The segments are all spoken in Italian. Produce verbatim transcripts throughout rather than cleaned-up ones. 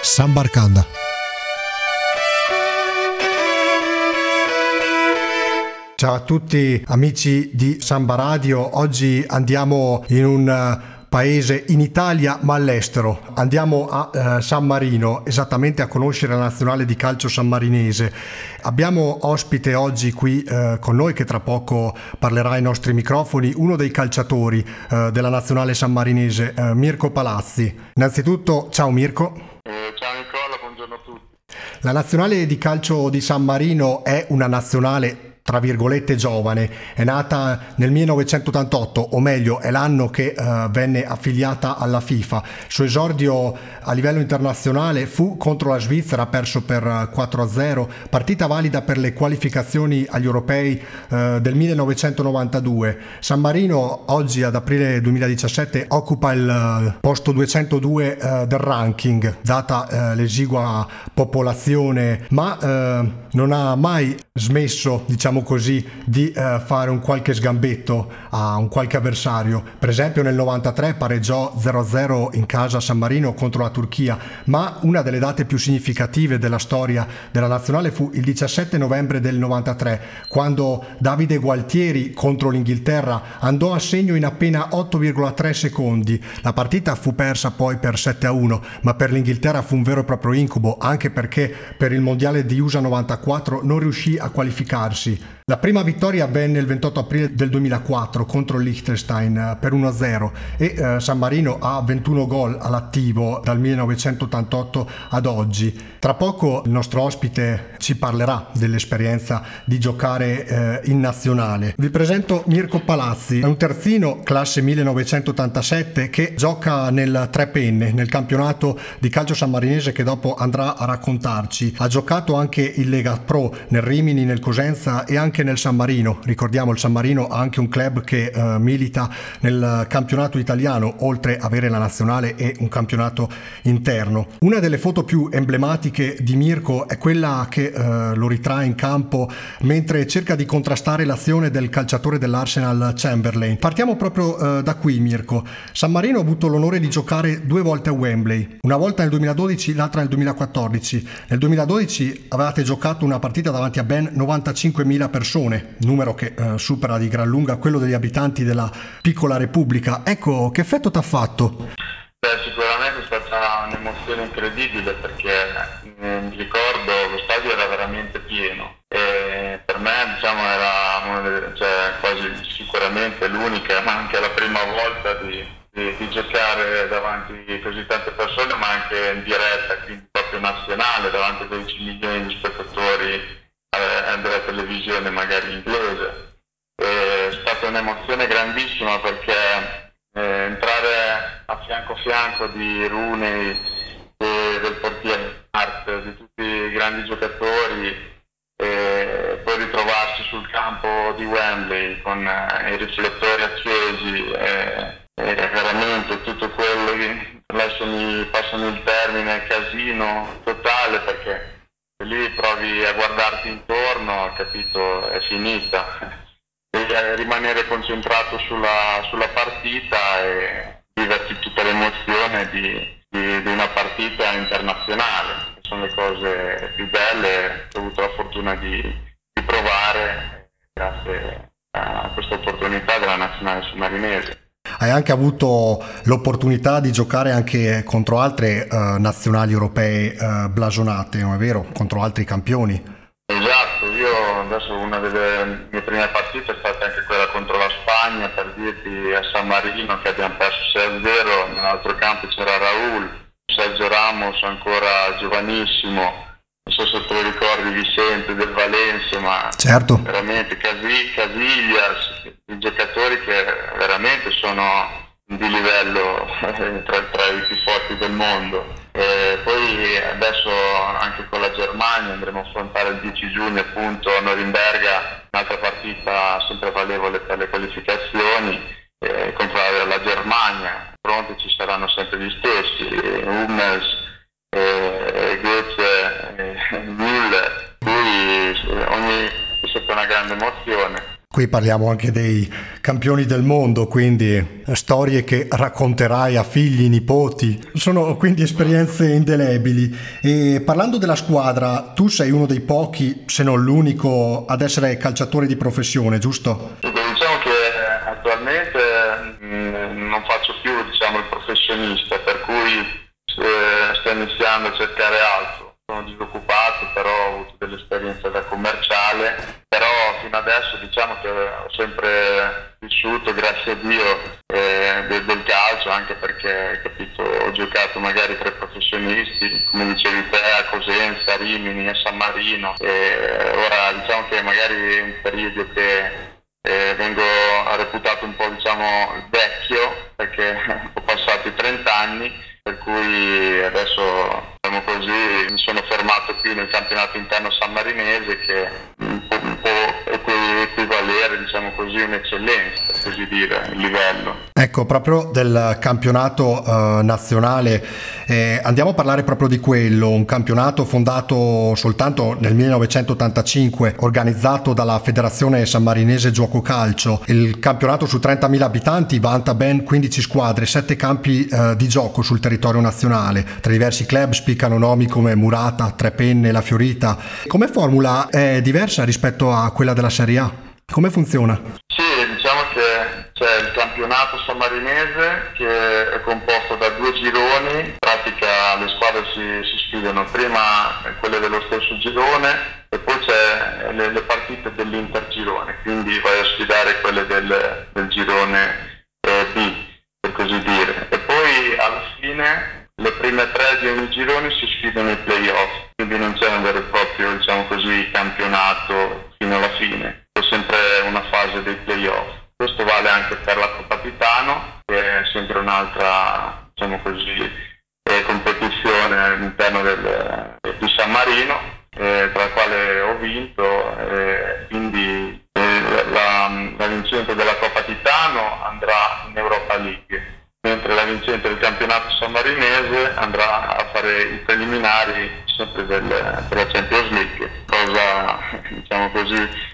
Sambarcanda. Ciao a tutti amici di Samba Radio, oggi andiamo in un paese in Italia ma all'estero, andiamo a eh, San Marino, esattamente a conoscere la nazionale di calcio sammarinese. Abbiamo ospite oggi qui eh, con noi, che tra poco parlerà ai nostri microfoni, uno dei calciatori eh, della nazionale sammarinese, eh, Mirko Palazzi. Innanzitutto ciao Mirko. Eh, ciao Nicola, buongiorno a tutti. La nazionale di calcio di San Marino è una nazionale tra virgolette giovane, è nata nel millenovecentottantotto, o meglio è l'anno che uh, venne affiliata alla FIFA. Il suo esordio a livello internazionale fu contro la Svizzera, perso per quattro a zero, partita valida per le qualificazioni agli europei uh, del millenovecentonovantadue. San Marino oggi ad aprile duemiladiciassette occupa il uh, posto duecentodue uh, del ranking, data uh, l'esigua popolazione, ma uh, non ha mai smesso, diciamo così, di eh, fare un qualche sgambetto a un qualche avversario. Per esempio nel novantatré pareggiò zero a zero in casa a San Marino contro la Turchia, ma una delle date più significative della storia della nazionale fu il diciassette novembre del novantatré, quando Davide Gualtieri contro l'Inghilterra andò a segno in appena otto virgola tre secondi. La partita fu persa poi per sette a uno, ma per l'Inghilterra fu un vero e proprio incubo, anche perché per il mondiale di U S A novantaquattro non riuscì a qualificarsi. La prima vittoria avvenne il ventotto aprile del duemilaquattro contro il Liechtenstein per uno a zero e eh, San Marino ha ventuno gol all'attivo dal millenovecentottantotto ad oggi. Tra poco il nostro ospite ci parlerà dell'esperienza di giocare eh, in nazionale. Vi presento Mirko Palazzi, è un terzino classe millenovecentottantasette che gioca nel Tre Penne, nel campionato di calcio sammarinese che dopo andrà a raccontarci. Ha giocato anche in Lega Pro, nel Rimini, nel Cosenza e anche nel San Marino. Ricordiamo, il San Marino ha anche un club che uh, milita nel campionato italiano, oltre a avere la nazionale e un campionato interno. Una delle foto più emblematiche di Mirko è quella che uh, lo ritrae in campo mentre cerca di contrastare l'azione del calciatore dell'Arsenal Chamberlain. Partiamo proprio uh, da qui, Mirko. San Marino ha avuto l'onore di giocare due volte a Wembley, una volta nel duemiladodici, l'altra nel duemilaquattordici. Nel duemiladodici avevate giocato una partita davanti a ben novantacinquemila persone, numero che eh, supera di gran lunga quello degli abitanti della piccola Repubblica. Ecco, che effetto t'ha fatto? Beh, sicuramente è stata un'emozione incredibile, perché eh, mi ricordo lo stadio era veramente pieno e per me, diciamo, era una delle, cioè, quasi sicuramente l'unica, ma anche la prima volta di, di, di giocare davanti a così tante persone, ma anche in diretta, quindi proprio nazionale, davanti a dodici milioni di spettatori della televisione magari inglese. È stata un'emozione grandissima, perché eh, entrare a fianco a fianco di Rooney e del portiere Hart, di tutti i grandi giocatori, e poi ritrovarsi sul campo di Wembley con eh, i riflettori accesi e, e veramente tutto quello che adesso mi passano il termine casino totale, perché lì provi a guardarti intorno, capito, è finita. Devi rimanere concentrato sulla, sulla partita e viverti tutta l'emozione di, di, di una partita internazionale. Sono le cose più belle che ho avuto la fortuna di, di provare grazie a questa opportunità della nazionale sammarinese. Hai anche avuto l'opportunità di giocare anche contro altre uh, nazionali europee uh, blasonate, non è vero? Contro altri campioni. Esatto, io adesso una delle mie prime partite è stata anche quella contro la Spagna, per dirti, a San Marino, che abbiamo perso sei a zero, nell'altro campo c'era Raúl, Sergio Ramos ancora giovanissimo, non so se te lo ricordi, Vicente del Valencia, ma certo, veramente Casi- Casillas, i giocatori che veramente sono di livello tra, tra i più forti del mondo. E poi adesso anche con la Germania andremo a affrontare il dieci giugno appunto a Norimberga un'altra partita sempre valevole per le qualificazioni eh, contro la, la Germania. Pronti ci saranno sempre gli stessi, Hummels, eh, Goethe, eh, Müller, quindi ogni è stata una grande emozione. Qui parliamo anche dei campioni del mondo, quindi storie che racconterai a figli, nipoti. Sono quindi esperienze indelebili. E parlando della squadra, tu sei uno dei pochi, se non l'unico, ad essere calciatore di professione, giusto? Diciamo che attualmente mh, non faccio più, diciamo, il professionista, per cui eh, sto iniziando a cercare altro. Sono disoccupato, però ho avuto dell'esperienza da commerciale, però fino adesso diciamo che ho sempre vissuto, grazie a Dio, eh, del, del calcio, anche perché, capito, ho giocato magari tra i professionisti, come dicevi te, a Cosenza, a Rimini, a San Marino, e ora diciamo che magari è un periodo che eh, vengo reputato un po', diciamo, vecchio, perché ho passato i trenta anni, per cui adesso, diciamo così, mi sono fermato qui nel campionato interno sammarinese, che un po', un po' equi- equivalere, diciamo così, un'eccellenza, per così dire, il livello. Ecco, proprio del campionato eh, nazionale, eh, andiamo a parlare proprio di quello, un campionato fondato soltanto nel millenovecentottantacinque, organizzato dalla Federazione Sammarinese Giuoco Calcio. Il campionato su trentamila abitanti vanta ben quindici squadre, sette campi eh, di gioco sul territorio nazionale. Tra i diversi club spiccano nomi come Murata, Tre Penne, La Fiorita. Come formula è diversa rispetto a quella della Serie A? Come funziona? Sì, diciamo che c'è il campionato sammarinese che è composto da due gironi. In pratica le squadre si, si sfidano, prima quelle dello stesso girone e poi c'è le, le partite dell'intergirone, quindi vai a sfidare quelle del, del girone eh, B, per così dire. E poi alla fine le prime tre di ogni girone si sfidano i play-off, quindi non c'è un vero e proprio, diciamo così, campionato fino alla fine. C'è sempre una fase dei play-off. Questo vale anche per la Coppa Titano, che è sempre un'altra, diciamo così, eh, competizione all'interno del, di San Marino, eh, tra la quale ho vinto, eh, quindi eh, la, la vincente della Coppa Titano andrà in Europa League, mentre la vincente del campionato sammarinese andrà a fare i preliminari sempre del, della Champions League, cosa, diciamo così,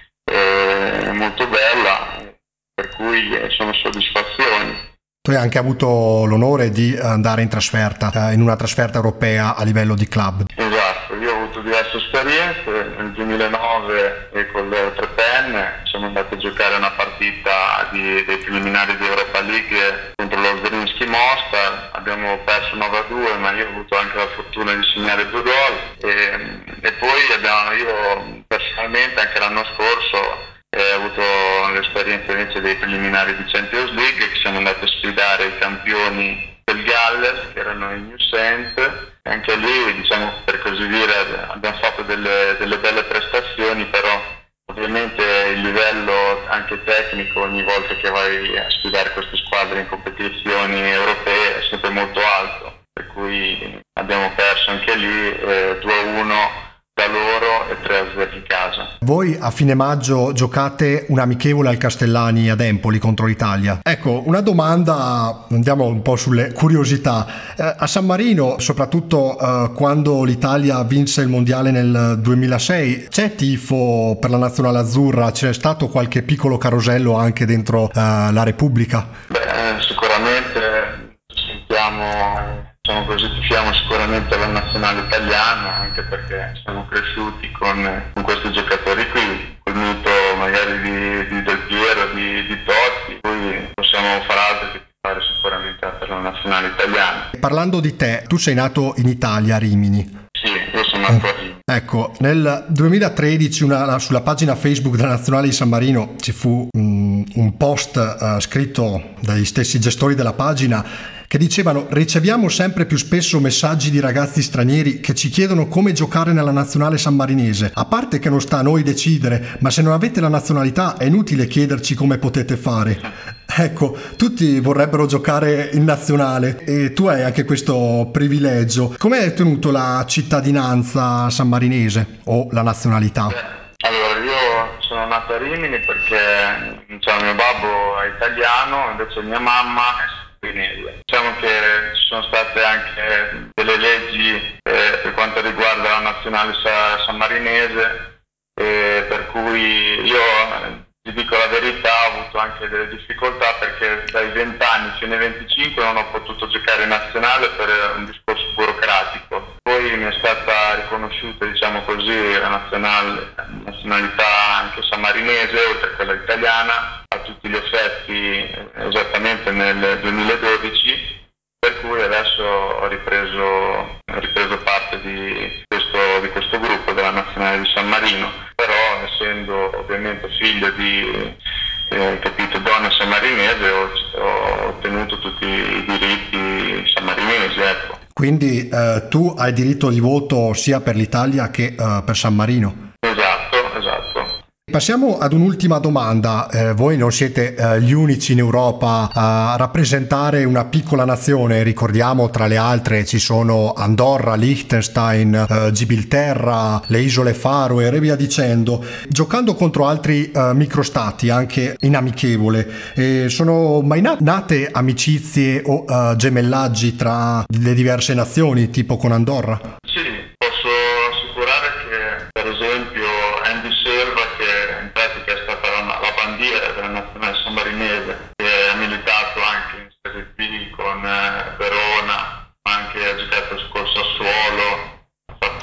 eh, molto bella, per cui sono soddisfazioni. Tu hai anche avuto l'onore di andare in trasferta, eh, in una trasferta europea a livello di club. Esatto, io ho avuto diverse esperienze. Nel duemilanove e con le Tre Penne siamo andati a giocare una partita di, dei preliminari di Europa League contro lo Zrinski Mostar. Abbiamo perso nove a due, ma io ho avuto anche la fortuna di segnare due gol. E, e poi abbiamo, io personalmente anche l'anno scorso ho avuto l'esperienza invece dei preliminari di Champions League, che siamo andati a sfidare i campioni del Galles, che erano i New Saint. Anche lì, diciamo, per così dire, abbiamo fatto delle, delle belle prestazioni, però ovviamente il livello anche tecnico ogni volta che vai a sfidare queste squadre in competizioni europee è sempre molto alto, per cui abbiamo perso anche lì eh, due a uno da loro e tre a zero in casa. Voi a fine maggio giocate un amichevole al Castellani ad Empoli contro l'Italia. Ecco, una domanda, andiamo un po' sulle curiosità. Eh, a San Marino, soprattutto eh, quando l'Italia vinse il mondiale nel duemilasei, c'è tifo per la nazionale azzurra? C'è stato qualche piccolo carosello anche dentro eh, la Repubblica? Beh, sicuramente sentiamo... Diciamo così, tifiamo sicuramente la nazionale italiana, anche perché siamo cresciuti con, con questi giocatori qui, col mito magari di, di Del Piero, di, di Totti, poi possiamo fare altro che fare sicuramente per la nazionale italiana. Parlando di te, tu sei nato in Italia, a Rimini. Sì, io sono nato a Rimini. Ecco, nel duemilatredici una, sulla pagina Facebook della Nazionale di San Marino ci fu um, un post uh, scritto dagli stessi gestori della pagina che dicevano: riceviamo sempre più spesso messaggi di ragazzi stranieri che ci chiedono come giocare nella nazionale sammarinese. A parte che non sta a noi decidere, ma se non avete la nazionalità è inutile chiederci come potete fare. Ecco, tutti vorrebbero giocare in nazionale e tu hai anche questo privilegio. Come hai ottenuto la cittadinanza sammarinese o la nazionalità? Allora, io sono nato a Rimini perché, diciamo, mio babbo è italiano, invece mia mamma è diciamo che ci sono state anche delle leggi eh, per quanto riguarda la nazionale sa- sammarinese, eh, per cui io ti dico la verità, ho avuto anche delle difficoltà perché dai venti anni fino ai venticinque non ho potuto giocare in nazionale per un discorso burocratico. Poi mi è stata riconosciuta, diciamo così, la nazionale, nazionalità anche sammarinese, oltre a quella italiana, a tutti gli effetti esattamente nel duemiladodici, per cui adesso ho ripreso, ho ripreso parte di questo, di questo gruppo della nazionale di San Marino, però essendo ovviamente figlio di eh, capito, donna sammarinese ho, ho ottenuto tutti i diritti sammarinesi, ecco. Quindi eh, tu hai diritto di voto sia per l'Italia che eh, per San Marino? Esatto, esatto. Passiamo ad un'ultima domanda. Eh, voi non siete eh, gli unici in Europa a rappresentare una piccola nazione. Ricordiamo, tra le altre ci sono Andorra, Liechtenstein, eh, Gibilterra, le isole Faroe e via dicendo. Giocando contro altri eh, microstati, anche in amichevole, eh, sono mai na- nate amicizie o eh, gemellaggi tra le diverse nazioni, tipo con Andorra? Sì, posso assicurare che, per esempio, Andy Selva, che in pratica è stata la, la bandiera della nazionale sammarinese, che ha militato anche in Serie B con eh, Verona, ma anche ha giocato col Sassuolo, ha fatto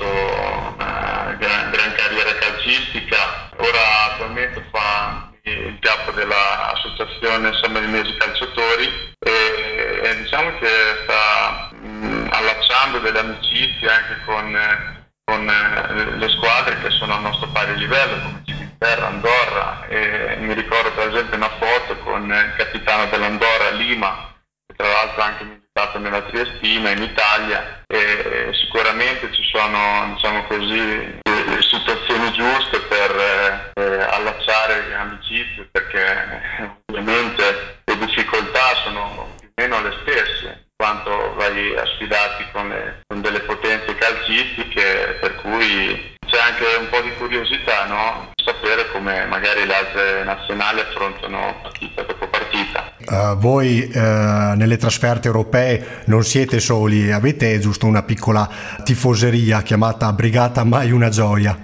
una gran, gran carriera calcistica, ora attualmente fa il capo dell'associazione sammarinese calciatori e, e diciamo che sta mh, allacciando delle amicizie anche con, con eh, le squadre che sono al nostro pari livello, come Gibilterra, Andorra, e mi ricordo per esempio una foto con il capitano dell'Andorra, Lima, che tra l'altro ha anche militato nella Triestina in Italia, e sicuramente ci sono, diciamo così, le situazioni giuste per eh, allacciare amicizie, perché eh, ovviamente le difficoltà sono più o meno le stesse, quanto vai a sfidarti con, le, con delle potenze calcistiche, per cui c'è anche un po' di curiosità, no? Sapere come magari le altre nazionali affrontano partita dopo partita. Uh, voi uh, nelle trasferte europee non siete soli, avete giusto una piccola tifoseria chiamata Brigata Mai Una Gioia.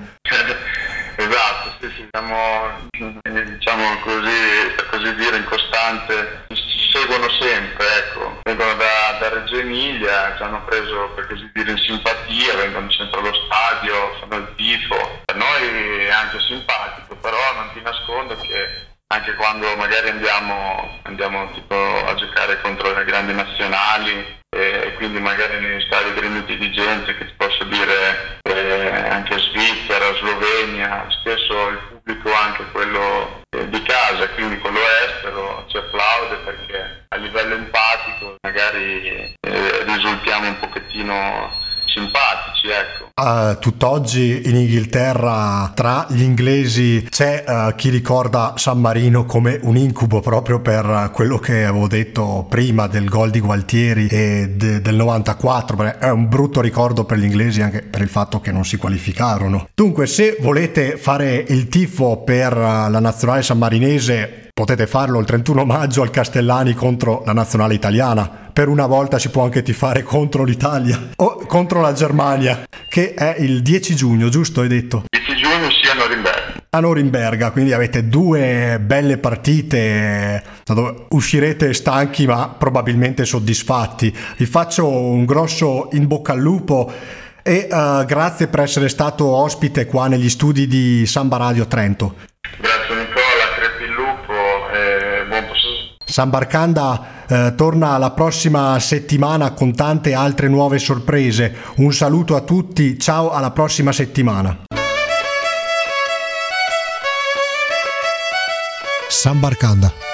Esatto, sì, sì, siamo diciamo così, per così dire, in costante, ci seguono sempre, ecco, vengono da, da Reggio Emilia, ci hanno preso per così dire in simpatia, vengono sempre allo stadio, fanno il tifo, per noi è anche simpatico, però non ti nascondo che anche quando magari andiamo, andiamo tipo a giocare contro le grandi nazionali e quindi magari negli stadi gremiti di gente, che ti posso dire eh, anche Svizzera, Slovenia, spesso il pubblico, anche quello eh, di casa, quindi quello estero, ci applaude perché a livello empatico magari eh, risultiamo un pochettino simpatici, ecco. Uh, tutt'oggi in Inghilterra tra gli inglesi c'è uh, chi ricorda San Marino come un incubo, proprio per quello che avevo detto prima del gol di Gualtieri e de- del novantaquattro. Beh, è un brutto ricordo per gli inglesi, anche per il fatto che non si qualificarono. Dunque, se volete fare il tifo per uh, la nazionale sammarinese, potete farlo il trentuno maggio al Castellani contro la nazionale italiana. Per una volta si può anche tifare contro l'Italia o contro la Germania, che è il dieci giugno, giusto hai detto? dieci giugno sì, a Norimberga. A Norimberga, quindi avete due belle partite dove uscirete stanchi ma probabilmente soddisfatti. Vi faccio un grosso in bocca al lupo e uh, grazie per essere stato ospite qua negli studi di Samba Radio Trento. Grazie Nicola, crepi il lupo e buon possesso. Sambarcanda eh, torna la prossima settimana con tante altre nuove sorprese. Un saluto a tutti, ciao, alla prossima settimana. Sambarcanda.